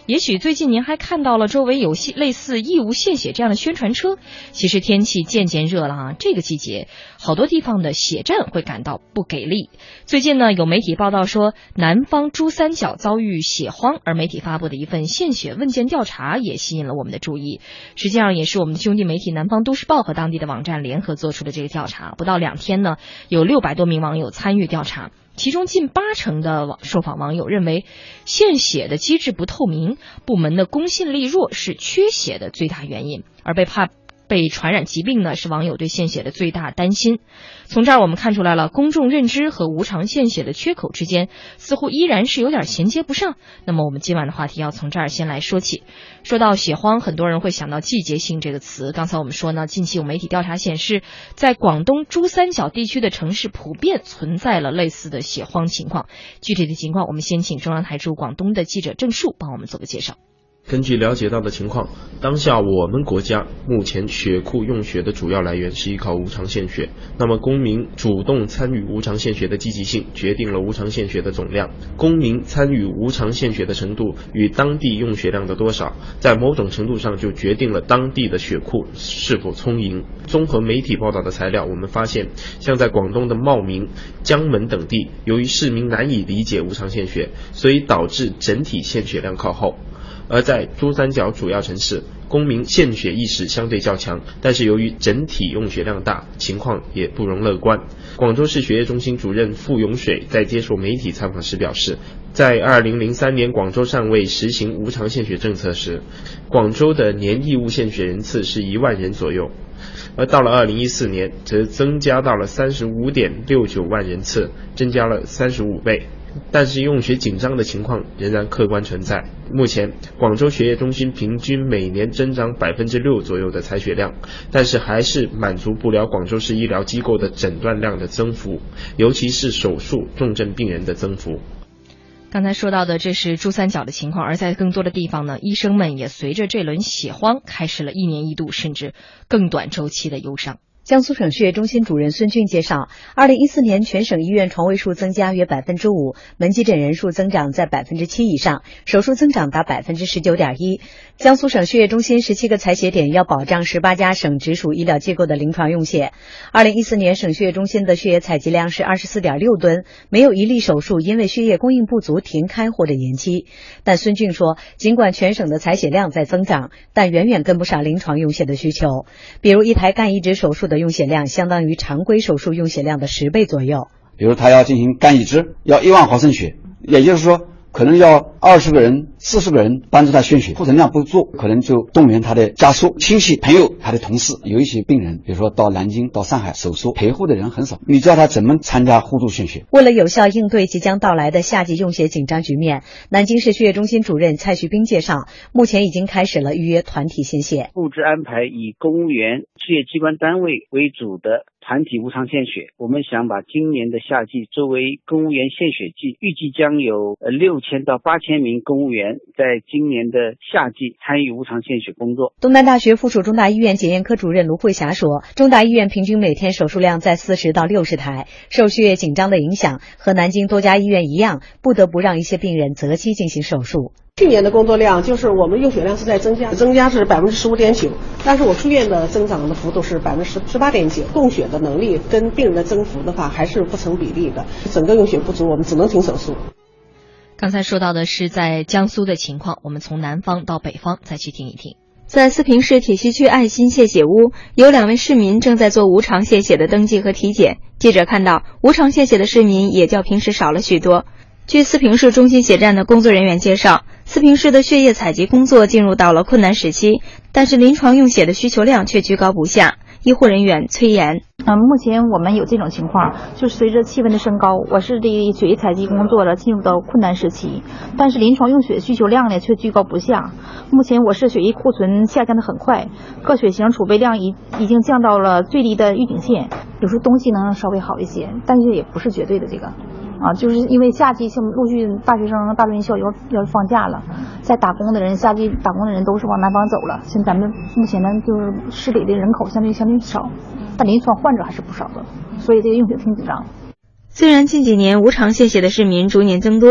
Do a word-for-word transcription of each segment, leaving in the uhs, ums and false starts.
也许最近您还看到了周围有类似义务献血这样的宣传车。其实天气渐渐热了啊，这个季节好多地方的血站会感到不给力。最近呢，有媒体报道说南方珠三角遭遇血荒，而媒体发布的一份献血问卷调查也吸引了我们的注意。实际上也是我们的兄弟媒体南方都市报和当地的网站联合做出的这个调查。不到两天呢，有六百多名网友参与调查，其中近八成的受访网友认为献血的机制不透明，部门的公信力弱是缺血的最大原因，而被怕被传染疾病呢是网友对献血的最大担心。从这儿我们看出来了，公众认知和无偿献血的缺口之间似乎依然是有点衔接不上。那么我们今晚的话题要从这儿先来说起。说到血荒，很多人会想到季节性这个词。刚才我们说呢，近期有媒体调查显示，在广东珠三角地区的城市普遍存在了类似的血荒情况。具体的情况，我们先请中央台驻广东的记者郑树帮我们做个介绍。 根据了解到的情况，当下我们国家目前血库用血的主要来源是依靠无偿献血。那么公民主动参与无偿献血的积极性决定了无偿献血的总量，公民参与无偿献血的程度与当地用血量的多少，在某种程度上就决定了当地的血库是否充盈。综合媒体报道的材料，我们发现像在广东的茂名、江门等地，由于市民难以理解无偿献血，所以导致整体献血量靠后。而在珠三角主要城市，公民献血意识相对较强，但是由于整体用血量大，情况也不容乐观。广州市血液中心主任傅永水在接受媒体采访时表示，在二零零三年广州尚未实行无偿献血政策时，广州的年义务献血人次是一万人左右，而到了二零一四年则增加到了 三十五点六九万人次，增加了三十五倍。但是用血紧张的情况仍然客观存在。目前广州血液中心平均每年增长 百分之六 左右的采血量，但是还是满足不了广州市医疗机构的诊断量的增幅，尤其是手术重症病人的增幅。 刚才说到的这是珠三角的情况，而在更多的地方呢，医生们也随着这轮血荒开始了一年一度甚至更短周期的忧伤。 江苏省血液中心主任孙俊介绍，二零一四年全省医院床位数增加约 百分之五， 门急诊人数增长在 百分之七 以上，手术增长达 百分之十九点一。 江苏省血液中心十七个采血点要保障十八家省直属医疗机构的临床用血。二零一四年省血液中心的血液采集量是 二十四点六吨，没有一例手术因为血液供应不足停开或者延期。但孙俊说，尽管全省的采血量在增长，但远远跟不上临床用血的需求。比如一台干移植手术的用血量相当于常规手术用血量的十倍左右。 比如他要进行干移植，要一万毫升血，也就是说可能要二十个人、四十个人帮助他献血，库存量不足，可能就动员他的家属、亲戚、朋友、他的同事。有一些病人，比如说到南京、到上海手术，陪护的人很少，你叫他怎么参加互助献血？ 为了有效应对即将到来的夏季用血紧张局面，南京市血液中心主任蔡旭斌介绍，目前已经开始了预约团体献血， 布置安排以公务员、事业机关单位为主的团体无偿献血。我们想把今年的夏季作为公务员献血季，预计将有呃六千到八千名公务员在今年的夏季参与无偿献血工作。 东南大学附属中大医院检验科主任卢慧霞说，中大医院平均每天手术量在四十到六十台，受血液紧张的影响，和南京多家医院一样，不得不让一些病人择期进行手术。 去年的工作量就是我们用血量是在增加，增加是 百分之十五点九， 但是我出院的增长的幅度是 百分之十八点九， 供血的能力跟病人的增幅的话还是不成比例的，整个用血不足，我们只能停手术。 刚才说到的是在江苏的情况，我们从南方到北方再去听一听。 在四平市铁西区爱心献血屋，有两位市民正在做无偿献血的登记和体检。记者看到，无偿献血的市民也较平时少了许多。据四平市中心血站的工作人员介绍，四平市的血液采集工作进入到了困难时期，但是临床用血的需求量却居高不下。医护人员崔岩， 嗯，目前我们有这种情况，就是随着气温的升高，我市的血液采集工作了进入到困难时期，但是临床用血需求量呢却居高不下。目前我市血液库存下降的很快，各血型储备量已已经降到了最低的预警线。有时候东西能稍微好一些，但是也不是绝对的这个。啊，就是因为夏季像陆续大学生、大专院校要要放假了，在打工的人，夏季打工的人都是往南方走了。现在咱们目前呢，就是市里的人口相对相对少，但临床患者还是不少的，所以这个用血挺紧张。 虽然近几年无偿献血的市民逐年增多，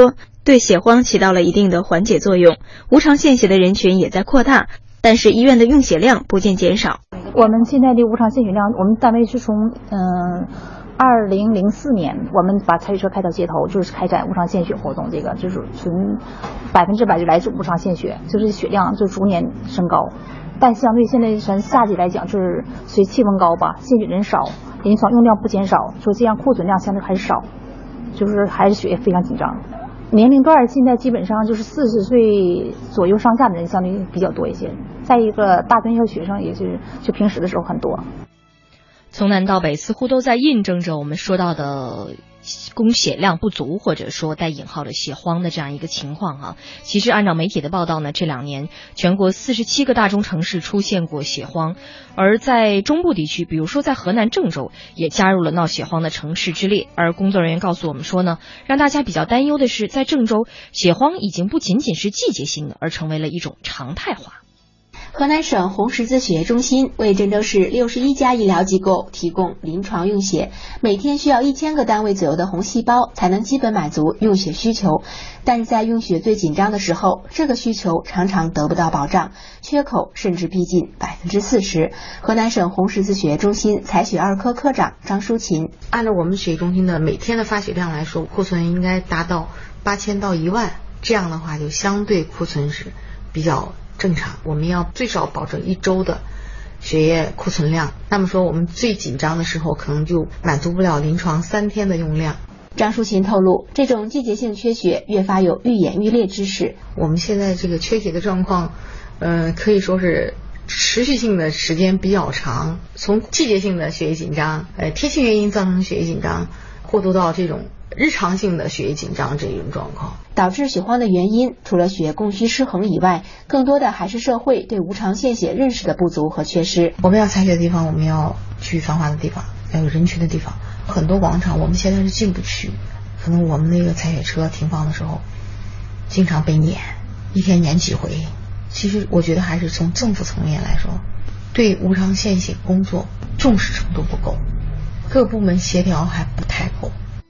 对血荒起到了一定的缓解作用，无偿献血的人群也在扩大，但是医院的用血量不见减少。 我们现在的无偿献血量，我们单位是从嗯二零零四年，我们把采血车开到街头，就是开展无偿献血活动，这个就是纯百分之百就来自无偿献血，就是血量就逐年升高。但相对现在从夏季来讲，就是随气温高吧，献血人少，临床用量不减少，说这样库存量相对还是少，就是还是血液非常紧张。年龄段现在基本上就是四十岁左右上下的人相对比较多一些，再一个大专校学生也是就平时的时候很多。 从南到北似乎都在印证着我们说到的供血量不足，或者说带引号的血荒的这样一个情况啊。其实按照媒体的报道呢，这两年全国四十七个大中城市出现过血荒，而在中部地区，比如说在河南郑州也加入了闹血荒的城市之列。而工作人员告诉我们说呢，让大家比较担忧的是，在郑州血荒已经不仅仅是季节性的，而成为了一种常态化。 河南省红十字血液中心为郑州市六十一家医疗机构提供临床用血，每天需要一千个单位左右的红细胞才能基本满足用血需求。但是在用血最紧张的时候，这个需求常常得不到保障，缺口甚至逼近百分之四十。河南省红十字血液中心采血二科科长张淑琴， 按照我们血液中心的每天的发血量来说，库存应该达到八千到一万，这样的话就相对库存是比较正常，我们要最少保证一周的血液库存量。那么说我们最紧张的时候可能就满足不了临床三天的用量。 张淑琴透露，这种季节性缺血越发有愈演愈烈之势。 我们现在这个缺血的状况呃，可以说是持续性的时间比较长，从季节性的血液紧张呃，天气原因造成血液紧张，过渡到这种日常性的血液紧张这种状况。 导致血荒的原因除了血供需失衡以外，更多的还是社会对无偿献血认识的不足和缺失。 我们要采血的地方，我们要去繁华的地方，要有人群的地方，很多广场我们现在是进不去，可能我们那个采血车停放的时候经常被撵，一天撵几回。其实我觉得还是从政府层面来说，对无偿献血工作重视程度不够，各部门协调还不太够。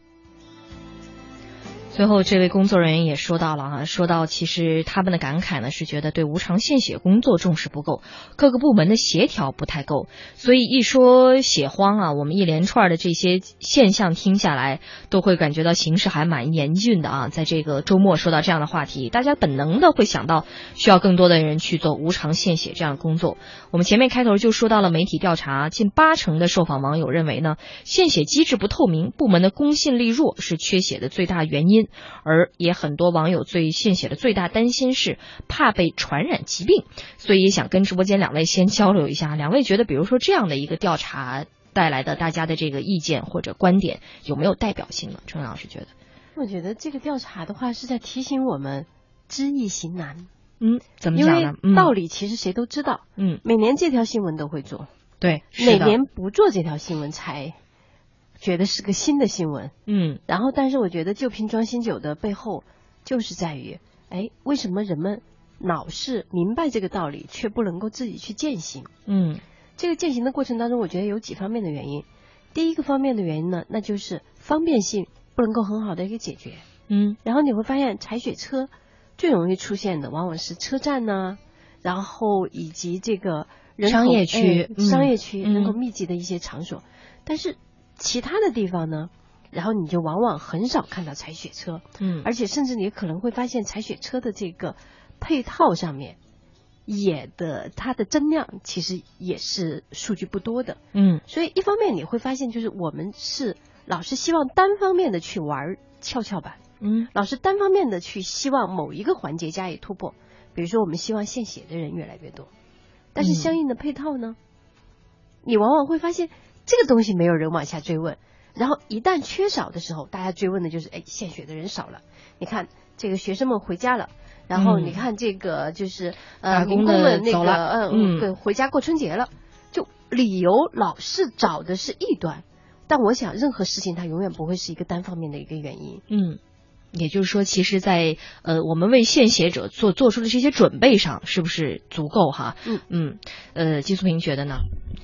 最后这位工作人员也说到了哈，说到其实他们的感慨呢是觉得对无偿献血工作重视不够，各个部门的协调不太够。所以一说血荒啊，我们一连串的这些现象听下来都会感觉到形势还蛮严峻的啊。在这个周末说到这样的话题，大家本能的会想到需要更多的人去做无偿献血这样的工作。我们前面开头就说到了媒体调查，近八成的受访网友认为呢，献血机制不透明，部门的公信力弱是缺血的最大原因。而也很多网友对献血的最大担心是怕被传染疾病，所以也想跟直播间两位先交流一下，两位觉得比如说这样的一个调查带来的大家的这个意见或者观点有没有代表性呢？陈老师觉得？ 我觉得这个调查的话是在提醒我们知易行难。 嗯，怎么讲呢？ 因为道理其实谁都知道， 嗯， 每年这条新闻都会做， 对， 每年不做这条新闻才觉得是个新的新闻。 嗯， 然后但是我觉得旧瓶装新酒的背后就是在于，哎，为什么人们老是明白这个道理，却不能够自己去践行？ 嗯， 这个践行的过程当中，我觉得有几方面的原因。第一个方面的原因呢，那就是方便性不能够很好的一个解决。 嗯， 然后你会发现采血车最容易出现的往往是车站呢、啊，然后以及这个人口商业区、 哎、商业区嗯、 人口密集的一些场所。但是其他的地方呢，然后你就往往很少看到采血车。 嗯， 而且甚至你可能会发现采血车的这个配套上面也的它的增量其实也是数据不多的。 嗯， 所以一方面你会发现就是我们是老是希望单方面的去玩跷跷板。 嗯， 老是单方面的去希望某一个环节加以突破，比如说我们希望献血的人越来越多，但是相应的配套呢，嗯、你往往会发现这个东西没有人往下追问，然后一旦缺少的时候，大家追问的就是哎，献血的人少了，你看这个学生们回家了，然后你看这个就是、 嗯、 呃民工们那个呃嗯对回家过春节了，就理由老是找的是异端，但我想任何事情它永远不会是一个单方面的一个原因。 嗯。也就是说，其实在呃我们为献血者做做出的这些准备上，是不是足够哈？ 嗯嗯，呃，季素平觉得呢？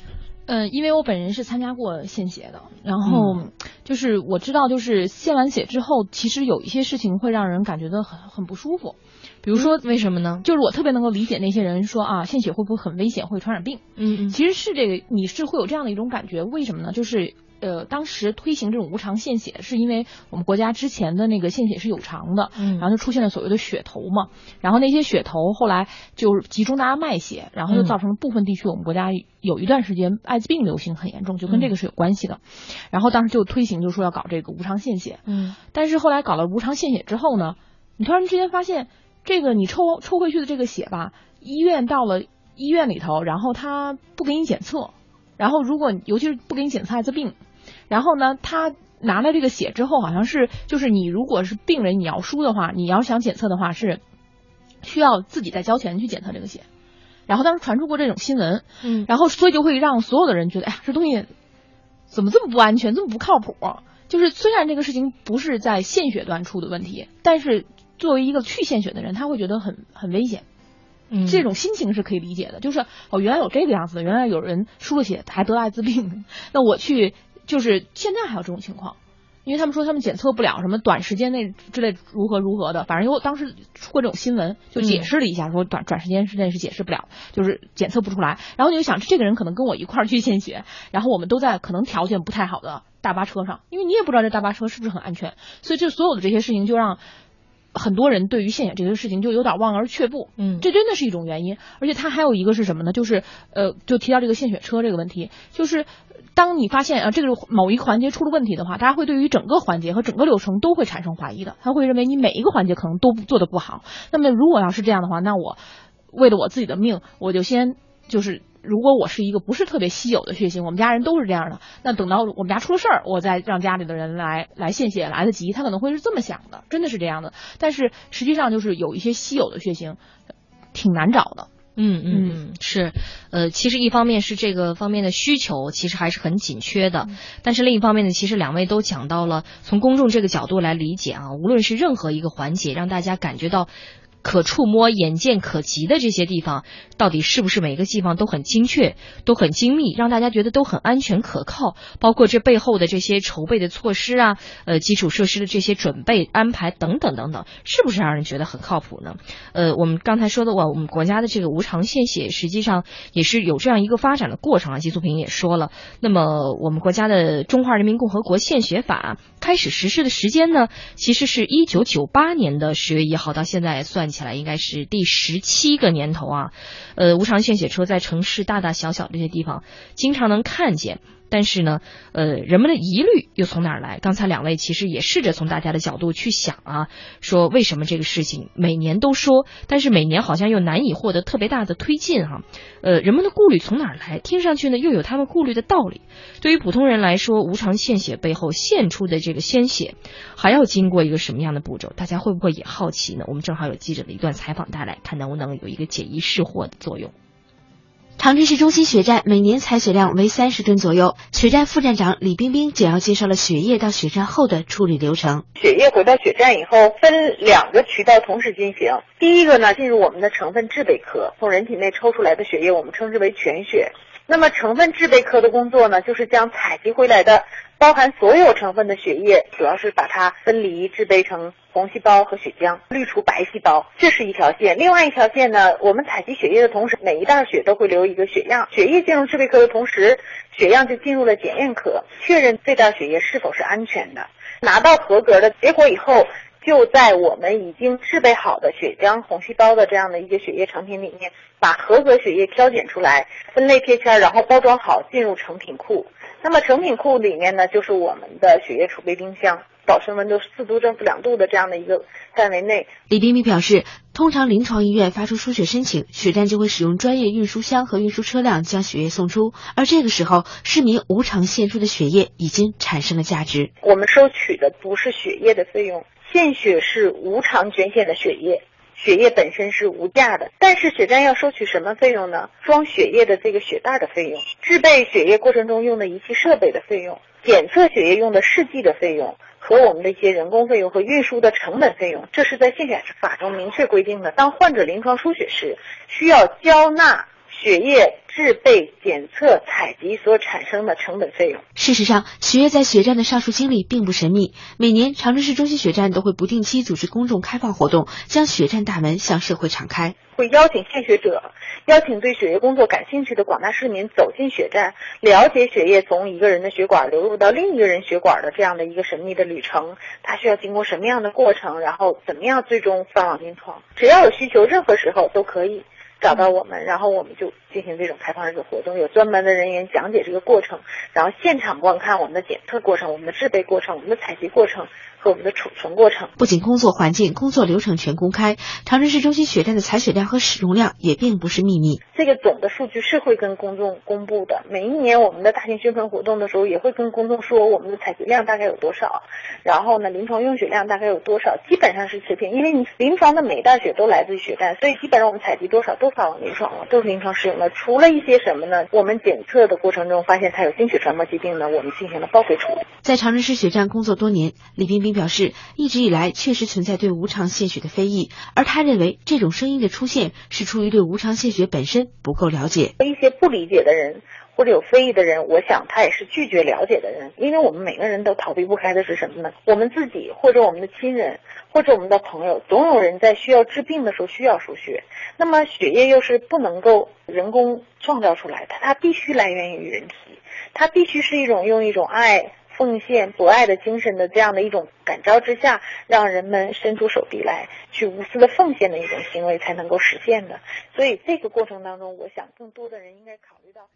嗯、呃，因为我本人是参加过献血的，然后就是我知道，就是献完血之后，其实有一些事情会让人感觉到很很不舒服。比如说， 为什么呢？ 就是我特别能够理解那些人说啊，献血会不会很危险，会传染病？ 嗯嗯， 其实是这个，你是会有这样的一种感觉，为什么呢？就是呃，当时推行这种无偿献血，是因为我们国家之前的那个献血是有偿的， 嗯， 然后就出现了所谓的血头嘛，然后那些血头后来就是集中大家卖血，然后就造成了部分地区我们国家有一段时间艾滋病流行很严重，就跟这个是有关系的。嗯、然后当时就推行，就说要搞这个无偿献血， 嗯， 但是后来搞了无偿献血之后呢，你突然之间发现，这个你抽抽回去的这个血吧，医院到了医院里头，然后他不给你检测，然后如果尤其是不给你检测艾滋病。然后呢，他拿了这个血之后，好像是就是你如果是病人，你要输的话，你要想检测的话，是需要自己再交钱去检测这个血。然后当时传出过这种新闻， 嗯， 然后所以就会让所有的人觉得，哎呀，这东西怎么这么不安全，这么不靠谱？就是虽然这个事情不是在献血端出的问题，但是作为一个去献血的人，他会觉得很很危险。 嗯， 这种心情是可以理解的，就是哦，原来有这个样子的，原来有人输了血还得艾滋病，那我去。就是现在还有这种情况，因为他们说他们检测不了什么短时间内之类如何如何的，反正有当时出过这种新闻，就解释了一下，说短短时间之内是解释不了，就是检测不出来。然后你就想，这个人可能跟我一块儿去献血，然后我们都在可能条件不太好的大巴车上，因为你也不知道这大巴车是不是很安全，所以这所有的这些事情就让很多人对于献血这个事情就有点望而却步。 嗯， 这真的是一种原因。而且它还有一个是什么呢？就是呃，就提到这个献血车这个问题，就是当你发现啊这个某一个环节出了问题的话，大家会对于整个环节和整个流程都会产生怀疑的，他会认为你每一个环节可能都做得不好。那么如果要是这样的话，那我为了我自己的命，我就先就是如果我是一个不是特别稀有的血型，我们家人都是这样的，那等到我们家出了事儿，我再让家里的人来来献血来得及，他可能会是这么想的，真的是这样的。但是实际上就是有一些稀有的血型挺难找的。 嗯嗯嗯，是，呃，其实一方面是这个方面的需求其实还是很紧缺的，嗯、但是另一方面呢，其实两位都讲到了从公众这个角度来理解啊，无论是任何一个环节，让大家感觉到可触摸、眼见可及的这些地方，到底是不是每个地方都很精确、都很精密，让大家觉得都很安全可靠？包括这背后的这些筹备的措施啊，呃，基础设施的这些准备安排等等等等，是不是让人觉得很靠谱呢？呃，我们刚才说的，我们国家的这个无偿献血，实际上也是有这样一个发展的过程啊。季素平也说了，那么我们国家的《中华人民共和国献血法》开始实施的时间呢，其实是一九九八年的十月一号，到现在算起来应该是第十七个年头啊。呃，无偿献血车在城市大大小小这些地方经常能看见，但是呢，呃，人们的疑虑又从哪儿来？刚才两位其实也试着从大家的角度去想啊，说为什么这个事情每年都说，但是每年好像又难以获得特别大的推进哈、啊。呃，人们的顾虑从哪儿来？听上去呢又有他们顾虑的道理。对于普通人来说，无偿献血背后献出的这个鲜血，还要经过一个什么样的步骤？大家会不会也好奇呢？我们正好有记者的一段采访带来，看能不能有一个解疑释惑的作用。 长春市中心血站每年采血量为三十吨左右。血站副站长李冰冰简要介绍了血液到血站后的处理流程。 血液回到血站以后，分两个渠道同时进行。第一个呢，进入我们的成分制备科，从人体内抽出来的血液，我们称之为全血。那么成分制备科的工作呢，就是将采集回来的包含所有成分的血液，主要是把它分离制备成红细胞和血浆，滤除白细胞，这是一条线。另外一条线呢，我们采集血液的同时，每一袋血都会留一个血样，血液进入制备科的同时，血样就进入了检验科，确认这袋血液是否是安全的。拿到合格的结果以后，就在我们已经制备好的血浆、红细胞的这样的一个血液成品里面，把合格血液挑拣出来，分类贴签，然后包装好，进入成品库。那么成品库里面呢，就是我们的血液储备冰箱，保存温度四度正负两度的这样的一个范围内。 李冰冰表示，通常临床医院发出输血申请，血站就会使用专业运输箱和运输车辆将血液送出，而这个时候市民无偿献出的血液已经产生了价值。 我们收取的不是血液的费用，献血是无偿捐献的血液，血液本身是无价的，但是血站要收取什么费用呢？装血液的这个血袋的费用，制备血液过程中用的仪器设备的费用，检测血液用的试剂的费用，和我们的一些人工费用和运输的成本费用，这是在献血法中明确规定的。当患者临床输血时，需要交纳血液制备、检测、采集所产生的成本费用。 事实上，血液在血站的上述经历并不神秘。每年，长春市中心血站都会不定期组织公众开放活动，将血站大门向社会敞开。 会邀请献血者，邀请对血液工作感兴趣的广大市民走进血站，了解血液从一个人的血管流入到另一个人血管的这样的一个神秘的旅程，它需要经过什么样的过程，然后怎么样最终放往临床。只要有需求，任何时候都可以找到我们，然后我们就进行这种开放日的活动，有专门的人员讲解这个过程，然后现场观看我们的检测过程、我们的制备过程、我们的采集过程和我们的储存过程。 不仅工作环境、工作流程全公开，长春市中心血站的采血量和使用量也并不是秘密。 这个总的数据是会跟公众公布的，每一年我们的大型宣传活动的时候也会跟公众说我们的采集量大概有多少，然后呢临床用血量大概有多少，基本上是持平，因为你临床的每一袋血都来自于血站，所以基本上我们采集多少都发往临床了，都是临床使用的。除了一些什么呢？我们检测的过程中发现它有经血传播疾病呢，我们进行了报废处理。 在长春市血站工作多年，李冰冰表示，一直以来确实存在对无偿献血的非议，而他认为这种声音的出现是出于对无偿献血本身不够了解。 一些不理解的人或者有非议的人，我想他也是拒绝了解的人，因为我们每个人都逃避不开的是什么呢？我们自己或者我们的亲人或者我们的朋友，总有人在需要治病的时候需要输血，那么血液又是不能够人工创造出来的，它必须来源于人体，它必须是一种用一种爱、奉献、博爱的精神的这样的一种感召之下，让人们伸出手臂来去无私的奉献的一种行为才能够实现的。所以这个过程当中，我想更多的人应该考虑到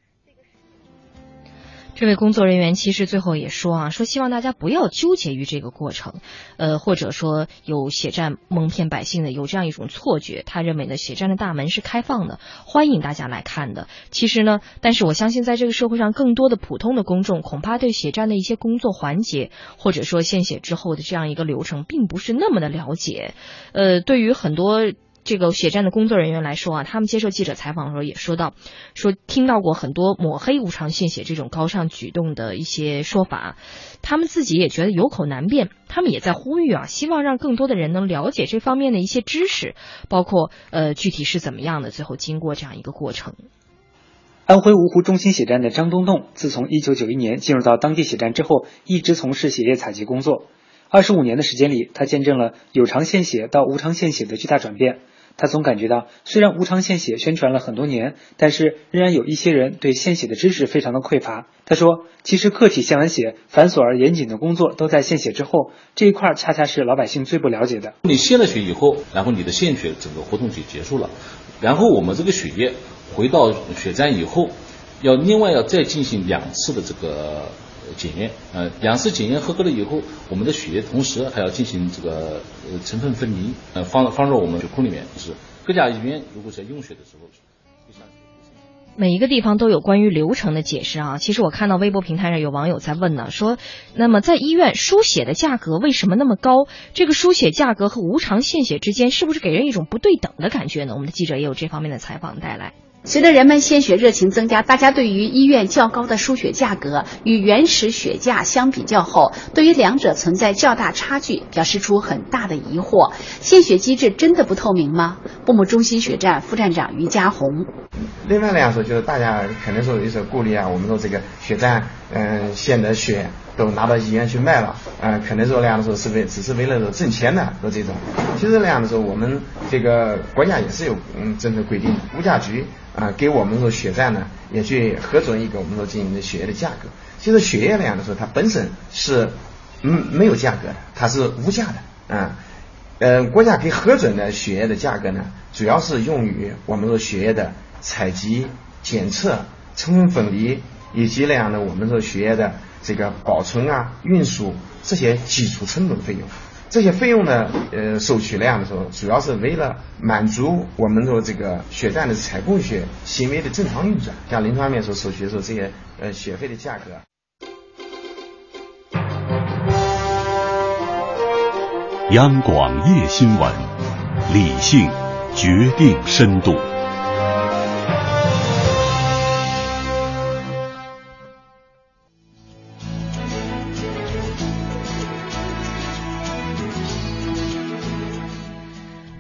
这位工作人员其实最后也说啊，说希望大家不要纠结于这个过程，呃，或者说有血站蒙骗百姓的有这样一种错觉，他认为呢血站的大门是开放的，欢迎大家来看的。其实呢，但是我相信在这个社会上更多的普通的公众恐怕对血站的一些工作环节或者说献血之后的这样一个流程并不是那么的了解。呃，对于很多这个血站的工作人员来说啊，他们接受记者采访的时候也说到，说听到过很多抹黑无偿献血这种高尚举动的一些说法，他们自己也觉得有口难辩，他们也在呼吁啊，希望让更多的人能了解这方面的一些知识，包括呃具体是怎么样的，最后经过这样一个过程。 安徽芜湖中心血站的张东栋，自从一九九一年进入到当地血站之后，一直从事血液采集工作。二十五年的时间里，他见证了有偿献血到无偿献血的巨大转变。他总感觉到，虽然无偿献血宣传了很多年，但是仍然有一些人对献血的知识非常的匮乏。他说，其实个体献完血，繁琐而严谨的工作都在献血之后，这一块恰恰是老百姓最不了解的。 你献了血以后，然后你的献血整个活动就结束了，然后我们这个血液回到血站以后，要另外要再进行两次的这个检验，呃，两次检验合格了以后，我们的血液同时还要进行这个呃成分分离，呃，放放入我们血库里面。就是各家医院如果在用血的时候， 每一个地方都有关于流程的解释啊。其实我看到微博平台上有网友在问呢，说，那么在医院输血的价格为什么那么高？这个输血价格和无偿献血之间是不是给人一种不对等的感觉呢？我们的记者也有这方面的采访带来。 随着人们献血热情增加，大家对于医院较高的输血价格与原始血价相比较后，对于两者存在较大差距，表示出很大的疑惑。献血机制真的不透明吗？布木中心血站副站长于家红。 另外来说，就是大家可能说有些顾虑啊，我们说这个血站，嗯，献的血都拿到医院去卖了，嗯、呃，可能说那样的时候是为只是为了说挣钱的，说这种。其实那样的时候，我们这个国家也是有嗯政策规定，物价局啊、呃、给我们说血站呢也去核准一个我们说进行的血液的价格。其实血液那样的时候，它本身是嗯没有价格的，它是无价的啊。呃，国家给核准的血液的价格呢，主要是用于我们说血液的采集、检测、成分分离，以及那样的我们说血液的这个保存啊、运输这些基础成本费用。这些费用呢，呃，收取那样的时候，主要是为了满足我们说这个血站的采供血行为的正常运转。像临床面所收取的时候，这些呃血费的价格。 央广夜新闻，理性决定深度。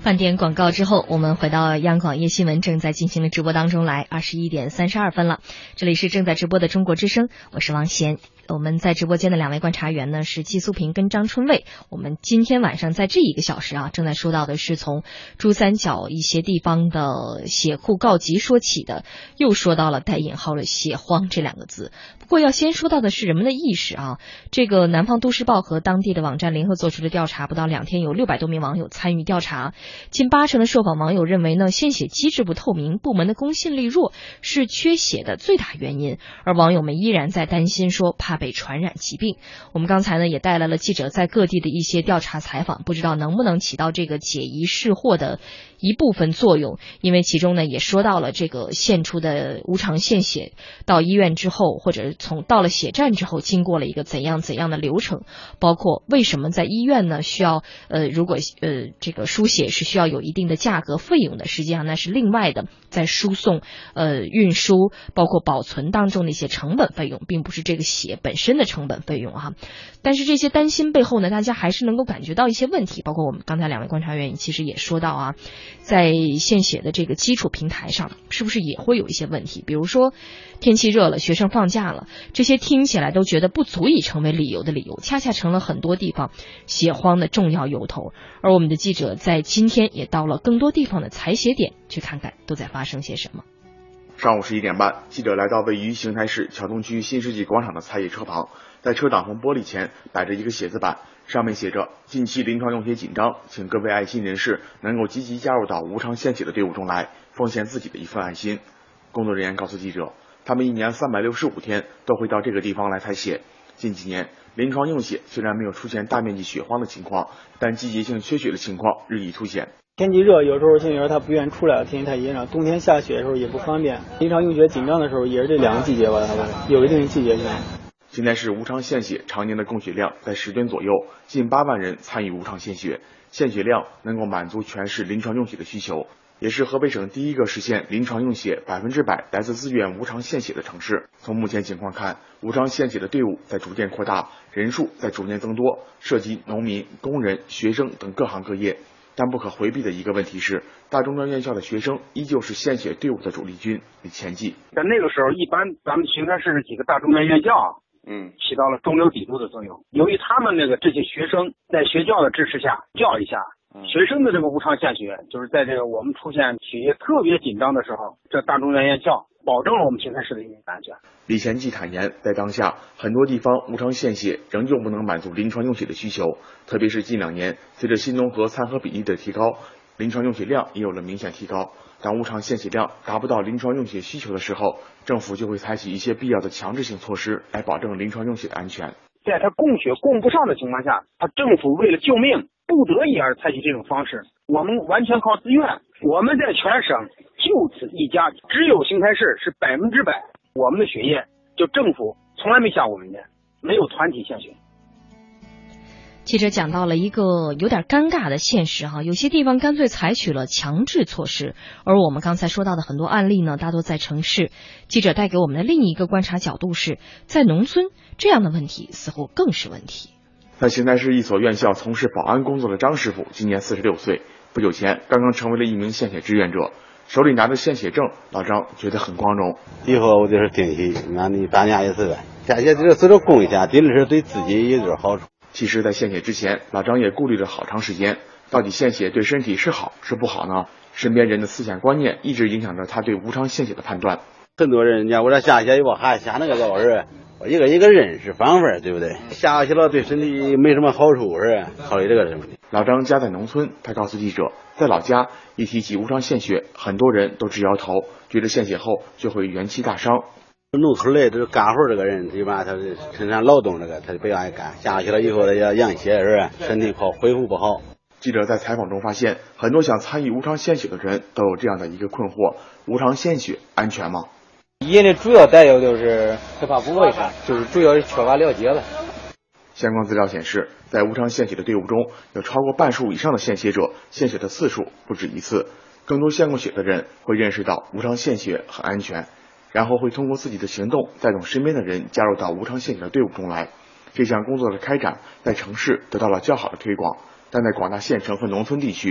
半点广告之后，我们回到央广夜新闻正在进行的直播当中来，二十一点三十二分了。这里是正在直播的中国之声，我是王贤。我们在直播间的两位观察员呢是季苏平跟张春卫。我们今天晚上在这一个小时啊，正在说到的是从珠三角一些地方的血库告急说起的，又说到了带引号的血荒这两个字。不过要先说到的是人们的意识啊。这个南方都市报和当地的网站联合做出的调查，不到两天有六百多名网友参与调查，近八成的受访网友认为呢，献血机制不透明，部门的公信力弱是缺血的最大原因，而网友们依然在担心说怕被传染疾病。我们刚才呢也带来了记者在各地的一些调查采访，不知道能不能起到这个解疑释惑的一部分作用，因为其中呢也说到了这个献出的无偿献血到医院之后，或者从到了血站之后经过了一个怎样怎样的流程，包括为什么在医院呢需要呃如果呃这个输血是需要有一定的价格费用的，实际上那是另外的在输送呃运输包括保存当中的一些成本费用，并不是这个血本身的成本费用哈。但是这些担心背后呢，大家还是能够感觉到一些问题，包括我们刚才两位观察员其实也说到啊，在献血的这个基础平台上是不是也会有一些问题，比如说天气热了，学生放假了，这些听起来都觉得不足以成为理由的理由，恰恰成了很多地方血荒的重要由头。而我们的记者在今天也到了更多地方的采血点，去看看都在发生些什么。 上午十一点半，记者来到位于邢台市桥东区新世纪广场的采血车旁，在车挡风玻璃前摆着一个写字板，上面写着近期临床用血紧张，请各位爱心人士能够积极加入到无偿献血的队伍中来，奉献自己的一份爱心。工作人员告诉记者，他们一年三百六十五天都会到这个地方来采血。近几年临床用血虽然没有出现大面积血荒的情况，但季节性缺血的情况日益凸显。 天气热，有时候幸运儿他不愿意出来，天气太炎热，冬天下雪的时候也不方便。临床用血紧张的时候也是这两个季节吧，它有一定的季节性。 邢台市无偿献血常年的供血量在十吨左右，近八万人参与无偿献血，献血量能够满足全市临床用血的需求，也是河北省第一个实现临床用血百分之百来自自愿无偿献血的城市。从目前情况看，无偿献血的队伍在逐渐扩大，人数在逐渐增多，涉及农民、工人、学生等各行各业。但不可回避的一个问题是，大中专院校的学生依旧是献血队伍的主力军与前进。 在那个时候，一般咱们邢台市的几个大中专院校， 嗯， 起到了中流砥柱的作用。由于他们那个这些学生在学校的支持下、教育下，学生的这个无偿献血，就是在这个我们出现血液特别紧张的时候，这大中专院校保证了我们邢台市的运营安全。 李前记坦言，在当下很多地方无偿献血仍旧不能满足临床用血的需求，特别是近两年随着新农合参合比例的提高，临床用血量也有了明显提高。当无偿献血量达不到临床用血需求的时候，政府就会采取一些必要的强制性措施来保证临床用血的安全。 在他供血供不上的情况下，他政府为了救命不得已而采取这种方式，我们完全靠自愿。我们在全省就此一家，只有邢台市是百分之百，我们的血液就政府从来没下过文件，没有团体献血。 记者讲到了一个有点尴尬的现实哈，有些地方干脆采取了强制措施，而我们刚才说到的很多案例呢，大多在城市。记者带给我们的另一个观察角度是，在农村这样的问题似乎更是问题。 在邢台市一所院校从事保安工作的张师傅今年四十六岁，不久前刚刚成为了一名献血志愿者，手里拿着献血证，老张觉得很光荣。 以后我就是顶起，那你大家也是的，献血这是种贡献，顶的是对自己有点好处。 其实在献血之前，老张也顾虑了好长时间，到底献血对身体是好是不好呢？身边人的思想观念一直影响着他对无偿献血的判断。 很多人家我这下血以后还下那个老是我一个一个认识方法，对不对？下去了对身体没什么好处，是考虑这个什么？ 老张家在农村，他告诉记者，在老家一提起无偿献血，很多人都直摇头，觉得献血后就会元气大伤。 农村来这干活这个人，对吧？他是生产劳动这个，他就不愿意干。下去了以后，他要养血，是吧？身体好，恢复不好。 记者在采访中发现，很多想参与无偿献血的人都有这样的一个困惑：无偿献血安全吗？ 人的主要担忧就是害怕不卫生，就是主要是缺乏了解了。 相关资料显示，在无偿献血的队伍中，有超过半数以上的献血者献血的次数不止一次。更多献过血的人会认识到无偿献血很安全，然后会通过自己的行动带动身边的人加入到无偿献血的队伍中来。这项工作的开展在城市得到了较好的推广，但在广大县城和农村地区，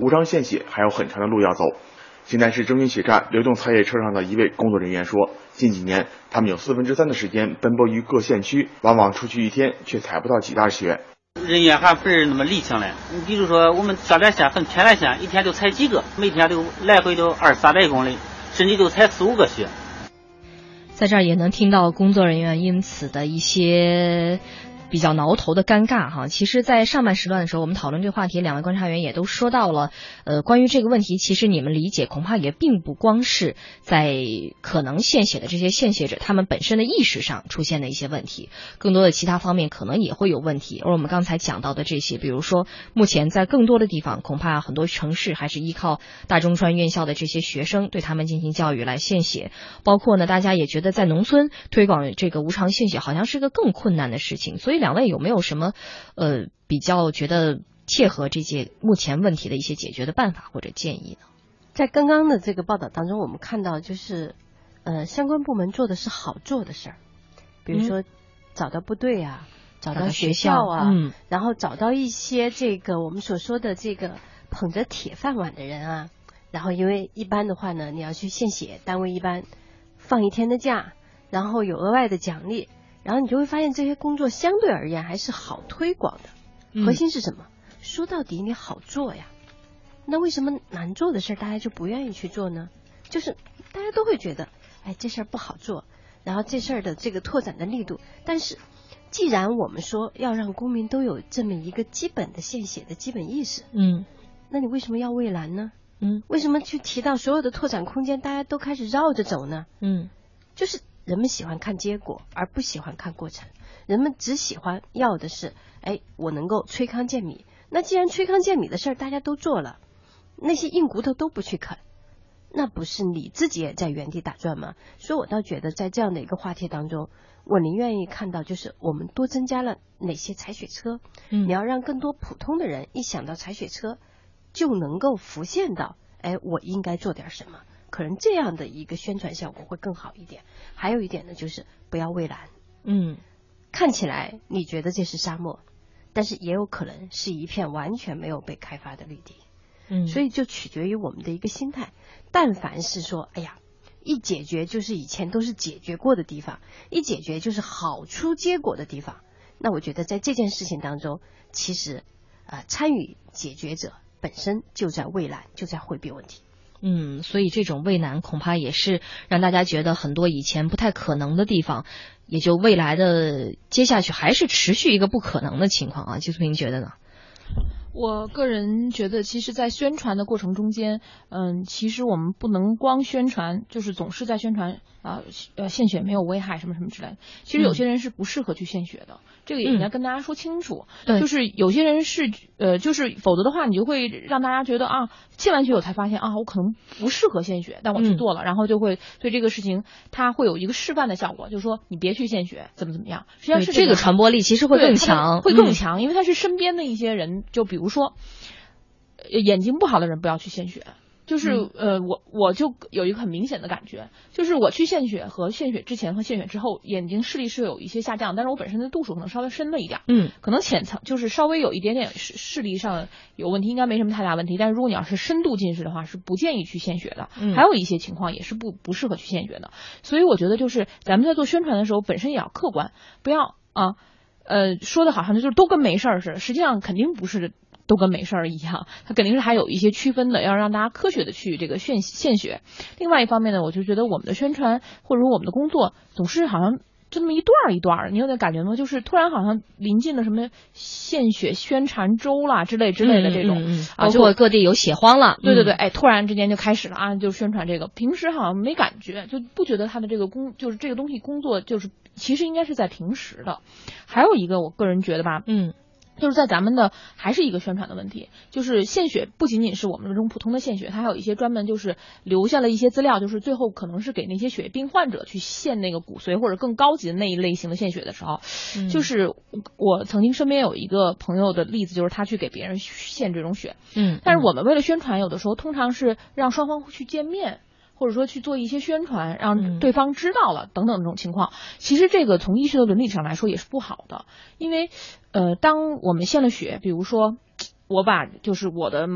无偿献血还有很长的路要走。济南市中心血站流动采血车上的一位工作人员说，近几年他们有四分之三的时间奔波于各县区，往往出去一天却采不到几袋血。 人员还不是那么理性嘞，你比如说我们小点县分偏来县，一天就采几个，每天都来回都二三百公里，甚至就采四五个血。 在这儿也能听到工作人员因此的一些比较挠头的尴尬哈。其实在上半时段的时候我们讨论这个话题，两位观察员也都说到了呃，关于这个问题其实你们理解恐怕也并不光是在可能献血的这些献血者他们本身的意识上出现的一些问题，更多的其他方面可能也会有问题。而我们刚才讲到的这些，比如说目前在更多的地方恐怕很多城市还是依靠大中专院校的这些学生对他们进行教育来献血，包括呢大家也觉得在农村推广这个无偿献血好像是个更困难的事情。所以两位有没有什么呃比较觉得切合这些目前问题的一些解决的办法或者建议呢？ 在刚刚的这个报道当中，我们看到就是呃相关部门做的是好做的事儿，比如说找到部队啊，找到学校啊，嗯，然后找到一些这个我们所说的这个捧着铁饭碗的人啊，然后因为一般的话呢，你要去献血，单位一般放一天的假，然后有额外的奖励。然后你就会发现这些工作相对而言还是好推广的，核心是什么？嗯、说到底你好做呀，那为什么难做的事大家就不愿意去做呢？就是大家都会觉得，哎，这事儿不好做，然后这事儿的这个拓展的力度，但是既然我们说要让公民都有这么一个基本的献血的基本意识， 嗯， 那你为什么要畏蓝呢？ 嗯， 为什么去提到所有的拓展空间，大家都开始绕着走呢？ 嗯， 就是。人们喜欢看结果，而不喜欢看过程。人们只喜欢要的是，哎，我能够吹糠见米。那既然吹糠见米的事儿大家都做了，那些硬骨头都不去啃，那不是你自己也在原地打转吗？所以我倒觉得在这样的一个话题当中，我宁愿意看到就是我们多增加了哪些采血车， 嗯， 你要让更多普通的人一想到采血车就能够浮现到，哎，我应该做点什么。可能这样的一个宣传效果会更好一点。还有一点呢，就是不要畏蓝。 嗯， 看起来你觉得这是沙漠，但是也有可能是一片完全没有被开发的绿地。 嗯， 所以就取决于我们的一个心态。但凡是说，哎呀，一解决就是以前都是解决过的地方，一解决就是好出结果的地方，那我觉得在这件事情当中，其实呃参与解决者本身就在畏蓝，就在回避问题。 嗯，所以这种畏难恐怕也是让大家觉得很多以前不太可能的地方，也就未来的接下去还是持续一个不可能的情况啊。季素平觉得呢？ 我个人觉得，其实在宣传的过程中间，嗯，其实我们不能光宣传，就是总是在宣传啊，呃，献血没有危害什么什么之类的。其实有些人是不适合去献血的，嗯、这个也应该跟大家说清楚。 对、嗯， 就是有些人是呃，就是否则的话，你就会让大家觉得啊，献完血我才发现啊，我可能不适合献血，但我去做了，嗯、然后就会对这个事情它会有一个示范的效果，就是说你别去献血，怎么怎么样。实际上是这个传播力其实会更强， 会更强，嗯、因为它是身边的一些人，就比如说。眼睛不好的人不要去献血，就是、嗯、呃，我我就有一个很明显的感觉，就是我去献血和献血之前和献血之后，眼睛视力是有一些下降，但是我本身的度数可能稍微深了一点， 嗯， 可能浅层就是稍微有一点点视视力上有问题，应该没什么太大问题。但是如果你要是深度近视的话，是不建议去献血的。 嗯， 还有一些情况也是不不适合去献血的。所以我觉得就是咱们在做宣传的时候，本身也要客观，不要啊呃说的好像就是都跟没事儿似的，实际上肯定不是。都跟没事儿一样，它肯定是还有一些区分的，要让大家科学的去这个献献血。另外一方面呢，我就觉得我们的宣传或者说我们的工作总是好像就那么一段儿一段儿，你有点感觉吗？就是突然好像临近了什么献血宣传周啦之类之类的这种， 嗯嗯嗯、 啊， 包括各地有血荒了， 对对对，哎，突然之间就开始了啊，就宣传这个，平时好像没感觉，就不觉得他的这个工就是这个东西工作就是其实应该是在平时的。还有一个我个人觉得吧， 嗯。 就是在咱们的还是一个宣传的问题，就是献血不仅仅是我们这种普通的献血，它还有一些专门就是留下了一些资料，就是最后可能是给那些血病患者去献那个骨髓或者更高级的那一类型的献血的时候， 嗯、 就是我曾经身边有一个朋友的例子，就是他去给别人献这种血， 嗯， 但是我们为了宣传，有的时候通常是让双方去见面。或者说去做一些宣传，让对方知道了等等这种情况，其实这个从医学的伦理上来说也是不好的，因为呃，当我们献了血，比如说我把就是我的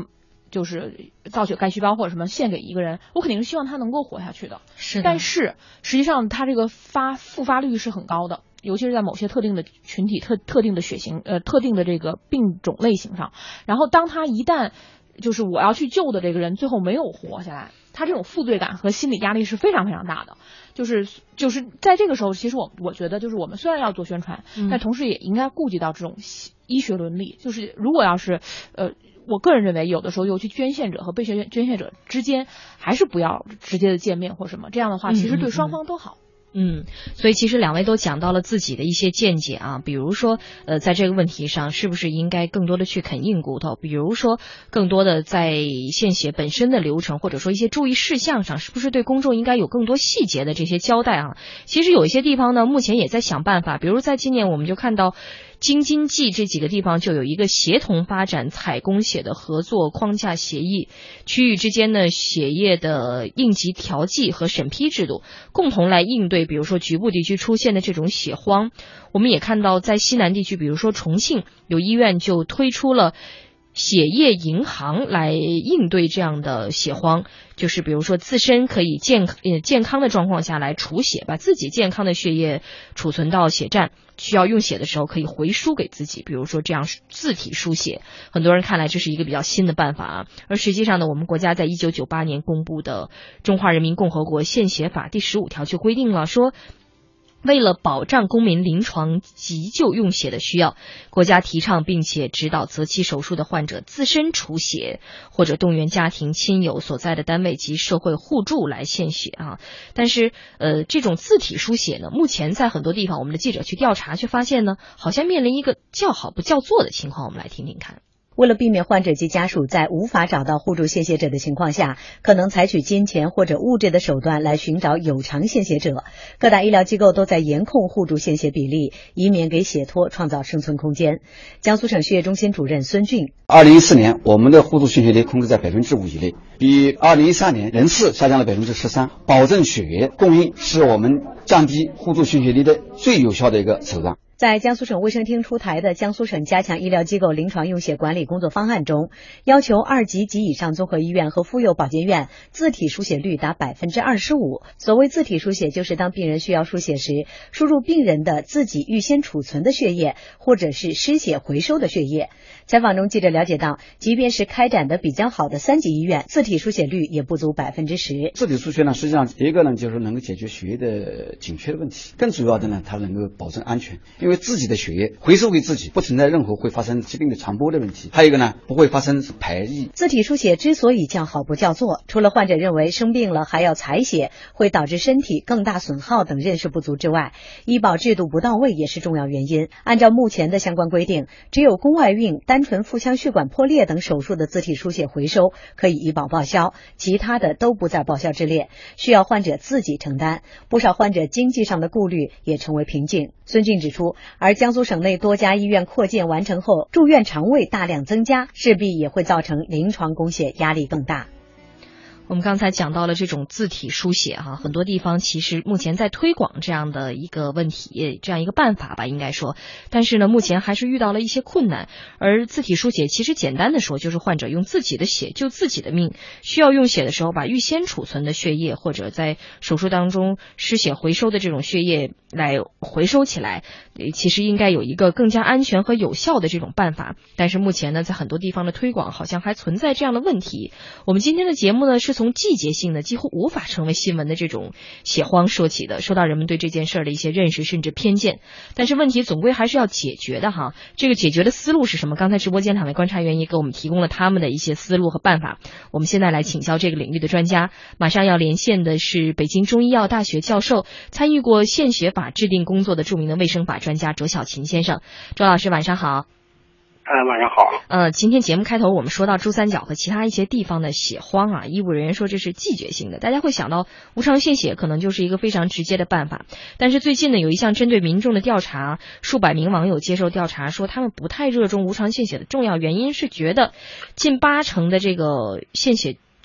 就是造血干细胞或者什么献给一个人，我肯定是希望他能够活下去的。 是的。 但是实际上他这个发复发率是很高的，尤其是在某些特定的群体、特特定的血型、呃特定的这个病种类型上。然后当他一旦就是我要去救的这个人最后没有活下来，他这种负罪感和心理压力是非常非常大的。就是就是在这个时候，其实我我觉得就是我们虽然要做宣传，嗯、但同时也应该顾及到这种医学伦理。就是如果要是呃。我个人认为，有的时候尤其捐献者和被捐捐献者之间，还是不要直接的见面或什么，这样的话，其实对双方都好。 嗯，所以其实两位都讲到了自己的一些见解啊，比如说，呃，在这个问题上，是不是应该更多的去啃硬骨头？比如说，更多的在献血本身的流程，或者说一些注意事项上，是不是对公众应该有更多细节的这些交代啊？其实有一些地方呢，目前也在想办法，比如在今年我们就看到。京津冀这几个地方就有一个协同发展采供血的合作框架协议，区域之间的血液的应急调剂和审批制度，共同来应对比如说局部地区出现的这种血荒。我们也看到在西南地区，比如说重庆有医院就推出了血液银行来应对这样的血荒，就是比如说自身可以健呃健康的状况下来储血，把自己健康的血液储存到血站，需要用血的时候可以回输给自己，比如说这样自体输血。很多人看来这是一个比较新的办法啊，而实际上呢，我们国家在一九九八年公布的《中华人民共和国献血法》第十五条就规定了说。为了保障公民临床急救用血的需要，国家提倡并且指导择期手术的患者自身储血，或者动员家庭亲友所在的单位及社会互助来献血啊。但是，呃，这种自体输血呢，目前在很多地方，我们的记者去调查，却发现呢，好像面临一个叫好不叫座的情况。我们来听听看。 为了避免患者及家属在无法找到互助献血者的情况下，可能采取金钱或者物质的手段来寻找有偿献血者，各大医疗机构都在严控互助献血比例，以免给血托创造生存空间。江苏省血液中心主任孙俊： 二零一四年我们的互助献血率控制在百分之五以内，比二零一三年人次下降了百分之十三。保证血液供应是我们降低互助献血率的最有效的一个手段。 在江苏省卫生厅出台的《江苏省加强医疗机构临床用血管理工作方案》中，要求二级及以上综合医院和妇幼保健院自体输血率达百分之二十五。所谓自体输血，就是当病人需要输血时，输入病人的自己预先储存的血液，或者是失血回收的血液。采访中，记者了解到，即便是开展的比较好的三级医院，自体输血率也不足百分之十。 自体输血呢，实际上一个呢就是能够解决血液的紧缺的问题，更主要的呢，它能够保证安全。因为自己的血液回收给自己，不存在任何会发生疾病的传播的问题。还有一个呢，不会发生排异。 自体输血之所以叫好不叫座，除了患者认为生病了还要采血会导致身体更大损耗等认识不足之外，医保制度不到位也是重要原因。按照目前的相关规定，只有宫外孕、单纯腹腔血管破裂等手术的自体输血回收可以医保报销，其他的都不在报销之列，需要患者自己承担。不少患者经济上的顾虑也成为瓶颈。孙俊指出，而江苏省内多家医院扩建完成后，住院床位大量增加，势必也会造成临床供血压力更大。 我们刚才讲到了这种自体输血哈，很多地方其实目前在推广这样的一个问题，这样一个办法吧，应该说，但是呢，目前还是遇到了一些困难。而自体输血其实简单的说，就是患者用自己的血救自己的命，需要用血的时候，把预先储存的血液或者在手术当中失血回收的这种血液来回收起来，其实应该有一个更加安全和有效的这种办法。但是目前呢，在很多地方的推广好像还存在这样的问题。我们今天的节目呢，是从季节性的几乎无法成为新闻的这种血荒说起的，说到人们对这件事的一些认识甚至偏见，但是问题总归还是要解决的哈。这个解决的思路是什么？刚才直播间两位观察员也给我们提供了他们的一些思路和办法。我们现在来请教这个领域的专家，马上要连线的是北京中医药大学教授，参与过献血法制定工作的著名的卫生法专家周小琴先生。周老师晚上好。 哎，晚上好。 呃，今天节目开头我们说到珠三角和其他一些地方的血荒啊，医务人员说这是季节性的，大家会想到无偿献血可能就是一个非常直接的办法。但是最近呢，有一项针对民众的调查，数百名网友接受调查说，他们不太热衷无偿献血的重要原因是觉得近八成的这个献血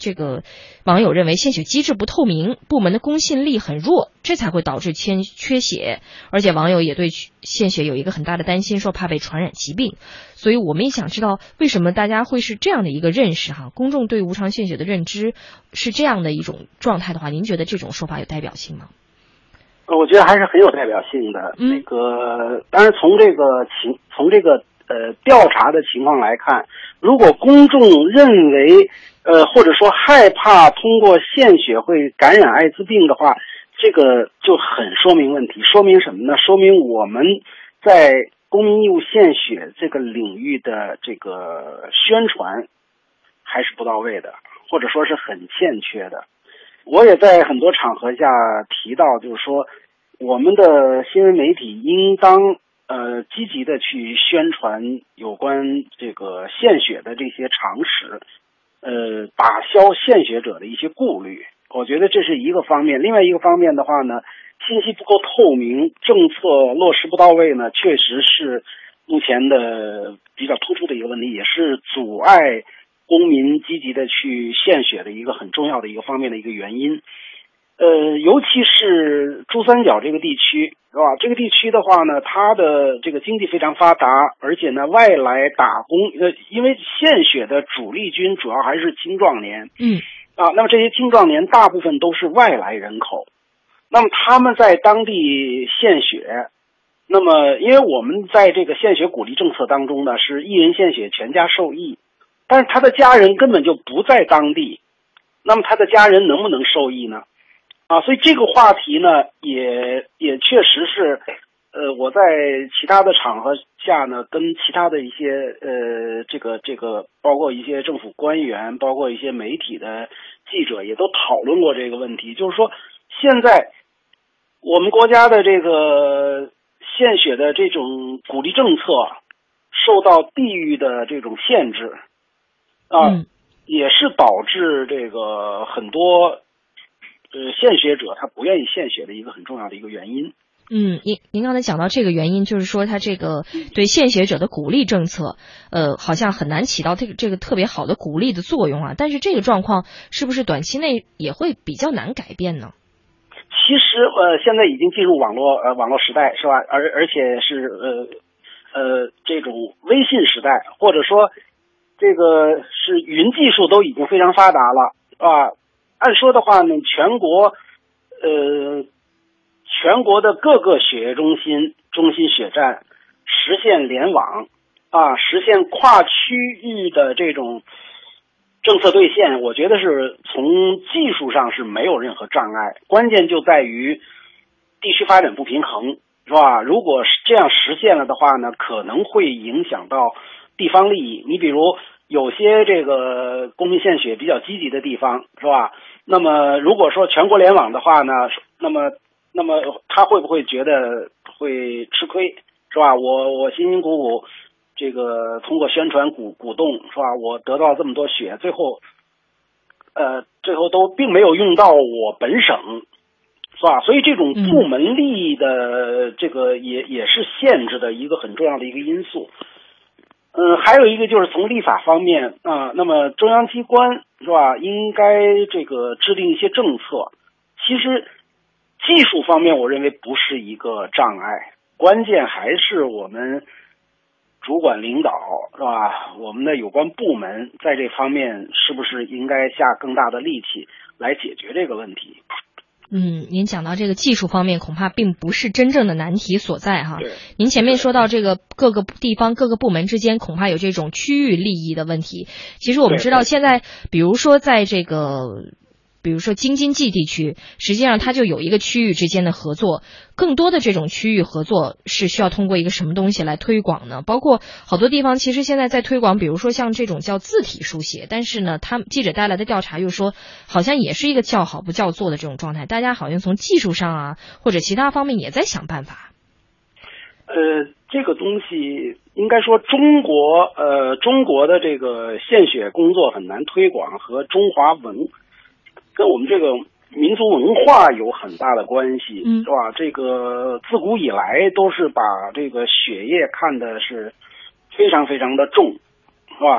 这个网友认为献血机制不透明，部门的公信力很弱，这才会导致缺缺血。而且网友也对献血有一个很大的担心，说怕被传染疾病。所以我们也想知道为什么大家会是这样的一个认识哈？公众对无偿献血的认知是这样的一种状态的话，您觉得这种说法有代表性吗？ 我觉得还是很有代表性的。嗯、那个，当然从这个情从这个呃调查的情况来看，如果公众认为呃或者说害怕通过献血会感染艾滋病的话，这个就很说明问题。说明什么呢？说明我们在公民义务献血这个领域的这个宣传还是不到位的，或者说是很欠缺的。我也在很多场合下提到，就是说我们的新闻媒体应当呃积极的去宣传有关这个献血的这些常识，呃打消献血者的一些顾虑。我觉得这是一个方面。另外一个方面的话呢，信息不够透明，政策落实不到位呢，确实是目前的比较突出的一个问题，也是阻碍公民积极的去献血的一个很重要的一个方面的一个原因。呃，尤其是珠三角这个地区，是吧？这个地区的话呢，它的这个经济非常发达，而且呢，外来打工，呃，因为献血的主力军主要还是青壮年， 嗯， 啊，那么这些青壮年大部分都是外来人口，那么他们在当地献血，那么因为我们在这个献血鼓励政策当中呢，是一人献血全家受益，但是他的家人根本就不在当地，那么他的家人能不能受益呢？啊，所以这个话题呢，也也确实是，呃，我在其他的场合下呢，跟其他的一些呃，这个这个，包括一些政府官员，包括一些媒体的记者，也都讨论过这个问题。就是说，现在我们国家的这个献血的这种鼓励政策受到地域的这种限制，啊， 嗯、 也是导致这个很多。呃，献血者他不愿意献血的一个很重要的一个原因。 嗯，您您刚才讲到这个原因，就是说他这个对献血者的鼓励政策，呃，好像很难起到这个这个特别好的鼓励的作用啊。但是这个状况是不是短期内也会比较难改变呢？ 其实呃，现在已经进入网络呃网络时代，是吧？而而且是呃呃这种微信时代，或者说这个是云技术都已经非常发达了，啊。按说的话呢，全国，呃，全国的各个血液中心、中心血站实现联网，啊，实现跨区域的这种政策兑现，我觉得是从技术上是没有任何障碍。关键就在于地区发展不平衡，是吧？如果这样实现了的话呢，可能会影响到地方利益。你比如有些这个公民献血比较积极的地方，是吧？那么如果说全国联网的话呢，那么那么他会不会觉得会吃亏，是吧？我我辛辛苦苦这个通过宣传鼓鼓动，是吧？我得到这么多血，最后呃最后都并没有用到我本省，是吧？所以这种部门利益的这个也也是限制的一个很重要的一个因素。嗯，还有一个就是从立法方面啊、呃，那么中央机关是吧，应该这个制定一些政策。其实技术方面，我认为不是一个障碍，关键还是我们主管领导是吧？我们的有关部门在这方面是不是应该下更大的力气来解决这个问题？ 嗯，您讲到这个技术方面，恐怕并不是真正的难题所在哈。您前面说到这个各个地方、各个部门之间恐怕有这种区域利益的问题。其实我们知道，现在比如说在这个。比如说京津冀地区，实际上它就有一个区域之间的合作，更多的这种区域合作是需要通过一个什么东西来推广呢？包括好多地方其实现在在推广，比如说像这种叫字体书写，但是呢，他记者带来的调查又说，好像也是一个叫好不叫座的这种状态，大家好像从技术上啊或者其他方面也在想办法。 呃，这个东西应该说中国呃中国的这个献血工作很难推广，和中华文跟我们这个民族文化有很大的关系， 嗯， 是吧？这个自古以来都是把这个血液看的是非常非常的重，是吧？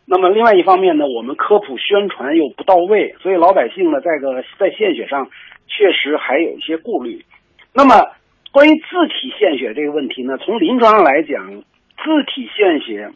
那么另外一方面呢，我们科普宣传又不到位，所以老百姓呢，在个在献血上确实还有一些顾虑。那么关于自体献血这个问题呢，从临床上来讲，自体献血，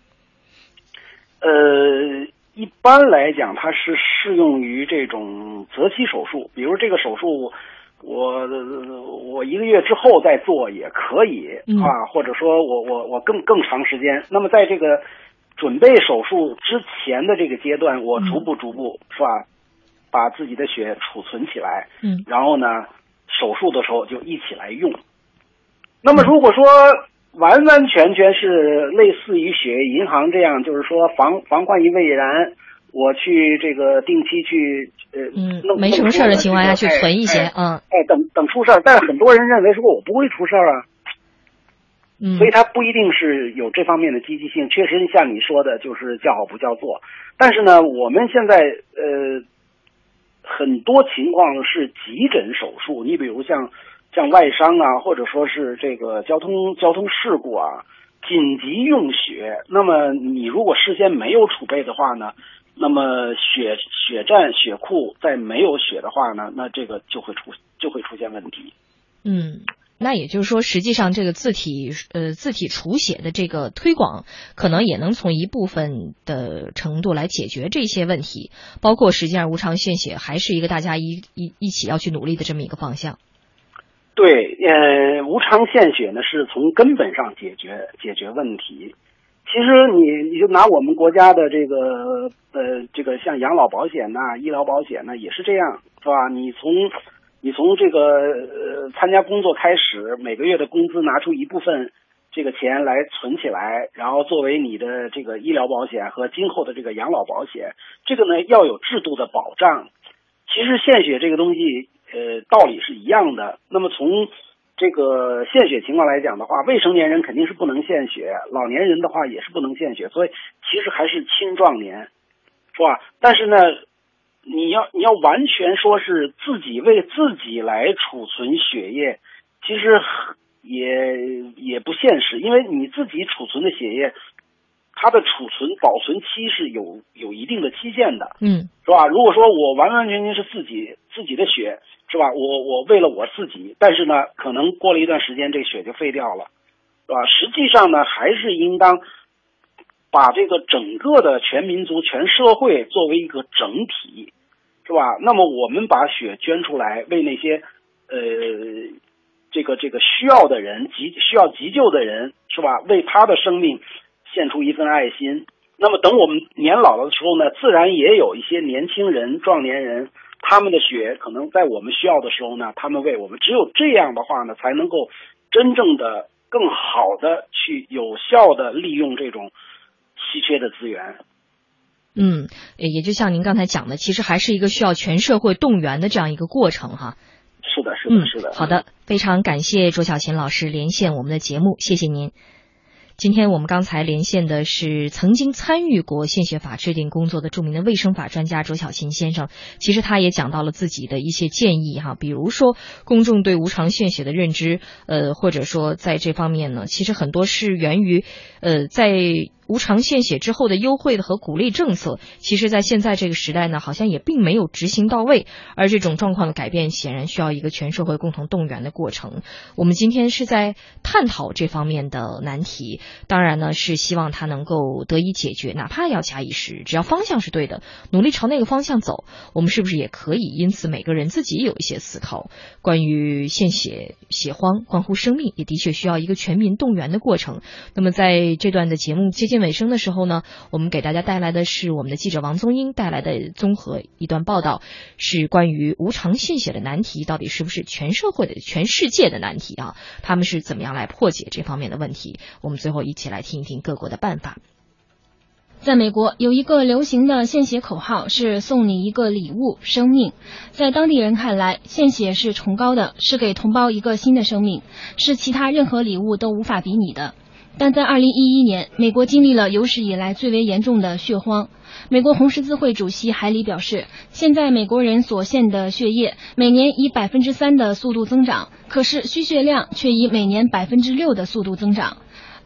呃，一般来讲它是适用于这种择期手术，比如这个手术我我一个月之后再做也可以、嗯、啊，或者说我我我更更长时间。那么在这个准备手术之前的这个阶段，我逐步逐步、嗯、是吧，把自己的血储存起来， 嗯， 然后呢，手术的时候就一起来用。那么如果说完完全全是类似于血液银行这样，就是说防防患于未然，我去这个定期去呃， 嗯，没什么事儿的情况下去存一些，嗯， 哎，等等出事儿，但是很多人认为说我不会出事儿啊。 嗯， 所以它不一定是有这方面的积极性，确实像你说的，就是叫好不叫座。但是呢，我们现在呃很多情况是急诊手术，你比如像像外伤啊，或者说是这个交通交通事故啊，紧急用血。那么你如果事先没有储备的话呢，那么血血站血库在没有血的话呢，那这个就会出就会出现问题。 嗯。那也就是说，实际上这个自体呃自体储血的这个推广，可能也能从一部分的程度来解决这些问题，包括实际上无偿献血还是一个大家一一一起要去努力的这么一个方向。 对，呃，无偿献血呢是从根本上解决解决问题。其实你你就拿我们国家的这个呃这个像养老保险呐、医疗保险呢也是这样，是吧？你从你从这个呃参加工作开始，每个月的工资拿出一部分这个钱来存起来，然后作为你的这个医疗保险和今后的这个养老保险，这个呢要有制度的保障。其实献血这个东西，呃，道理是一样的。那么从这个献血情况来讲的话，未成年人肯定是不能献血，老年人的话也是不能献血，所以其实还是青壮年，是吧？但是呢，你要你要完全说是自己为自己来储存血液，其实也也不现实，因为你自己储存的血液，它的储存保存期是有有一定的期限的， 嗯， 是吧？如果说我完完全全是自己自己的血，是吧？我我为了我自己，但是呢，可能过了一段时间，这血就废掉了，是吧？实际上呢，还是应当把这个整个的全民族、全社会作为一个整体，是吧？那么我们把血捐出来，为那些呃这个这个需要的人、急需要急救的人，是吧？为他的生命献出一份爱心。那么等我们年老了的时候呢，自然也有一些年轻人、壮年人，他们的血可能在我们需要的时候呢，他们为我们。只有这样的话呢，才能够真正的、更好的去有效的利用这种稀缺的资源。 嗯，也就像您刚才讲的，其实还是一个需要全社会动员的这样一个过程哈。 是的，是的，是的。 嗯，好的，非常感谢卓小琴老师连线我们的节目，谢谢您。今天我们刚才连线的是曾经参与过献血法制定工作的著名的卫生法专家卓小琴先生。其实他也讲到了自己的一些建议哈，比如说公众对无偿献血的认知，呃，或者说在这方面呢，其实很多是源于呃在无偿献血之后的优惠和鼓励政策，其实在现在这个时代呢，好像也并没有执行到位，而这种状况的改变显然需要一个全社会共同动员的过程。我们今天是在探讨这方面的难题，当然呢是希望它能够得以解决，哪怕要假以时日，只要方向是对的，努力朝那个方向走，我们是不是也可以因此每个人自己有一些思考，关于献血血荒关乎生命，也的确需要一个全民动员的过程。那么在这段的节目接近尾声的时候呢，我们给大家带来的是我们的记者王宗英带来的综合一段报道，是关于无偿献血的难题到底是不是全社会的全世界的难题啊？他们是怎么样来破解这方面的问题？我们最后一起来听一听各国的办法。 在美国有一个流行的献血口号是送你一个礼物，生命。在当地人看来，献血是崇高的，是给同胞一个新的生命，是其他任何礼物都无法比拟的。但在二零一一年，美国经历了有史以来最为严重的血荒。美国红十字会主席海里表示，现在美国人所献的血液每年以百分之三的速度增长，可是需血量却以每年百分之六的速度增长。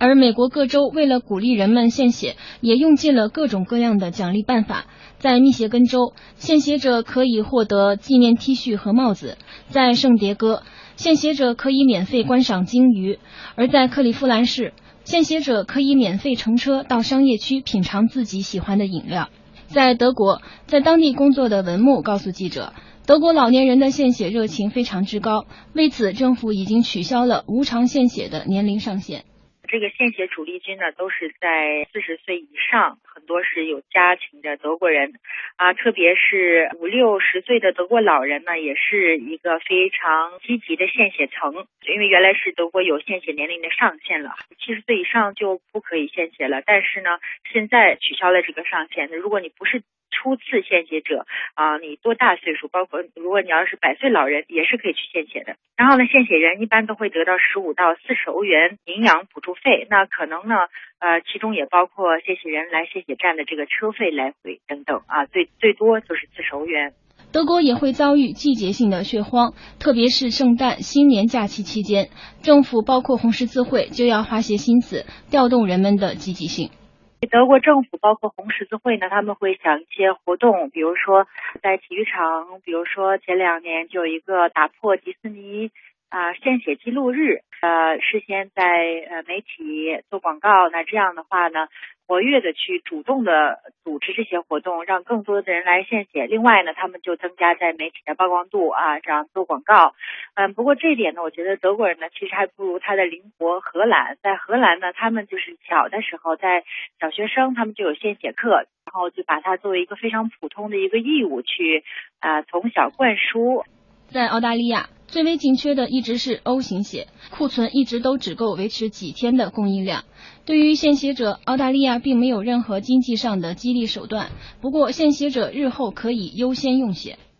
而美国各州为了鼓励人们献血，也用尽了各种各样的奖励办法。在密歇根州，献血者可以获得纪念 T 恤和帽子；在圣迭戈，献血者可以免费观赏鲸鱼；而在克利夫兰市，献血者可以免费乘车到商业区品尝自己喜欢的饮料。在德国，在当地工作的文木告诉记者，德国老年人的献血热情非常之高，为此政府已经取消了无偿献血的年龄上限。 这个献血主力军呢，都是在四十岁以上，很多是有家庭的德国人啊，特别是五六十岁的德国老人呢，也是一个非常积极的献血层。因为原来是德国有献血年龄的上限了，七十岁以上就不可以献血了，但是呢，现在取消了这个上限。如果你不是初次献血者啊，你多大岁数，包括如果你要是百岁老人，也是可以去献血的。然后呢，献血人一般都会得到十五到四十欧元营养补助费，那可能呢，呃，其中也包括献血人来献血站的这个车费来回等等啊，最最多就是四十欧元。 德国也会遭遇季节性的血荒，特别是圣诞、新年假期期间，政府包括红十字会就要花些心思，调动人们的积极性。 德国政府包括红十字会呢，他们会想一些活动，比如说在体育场，比如说前两年就有一个打破迪士尼啊、呃、献血记录日，呃，事先在呃媒体做广告，那这样的话呢，活跃的去主动的组织这些活动，让更多的人来献血。另外呢，他们就增加在媒体的曝光度啊，这样做广告。嗯，不过这一点呢，我觉得德国人呢，其实还不如他的邻国荷兰。在荷兰呢，他们就是小的时候，在小学生他们就有献血课，然后就把它作为一个非常普通的一个义务去啊、呃、从小灌输。 在澳大利亚，最为紧缺的一直是 O 型血，库存一直都只够维持几天的供应量。对于献血者，澳大利亚并没有任何经济上的激励手段，不过献血者日后可以优先用血。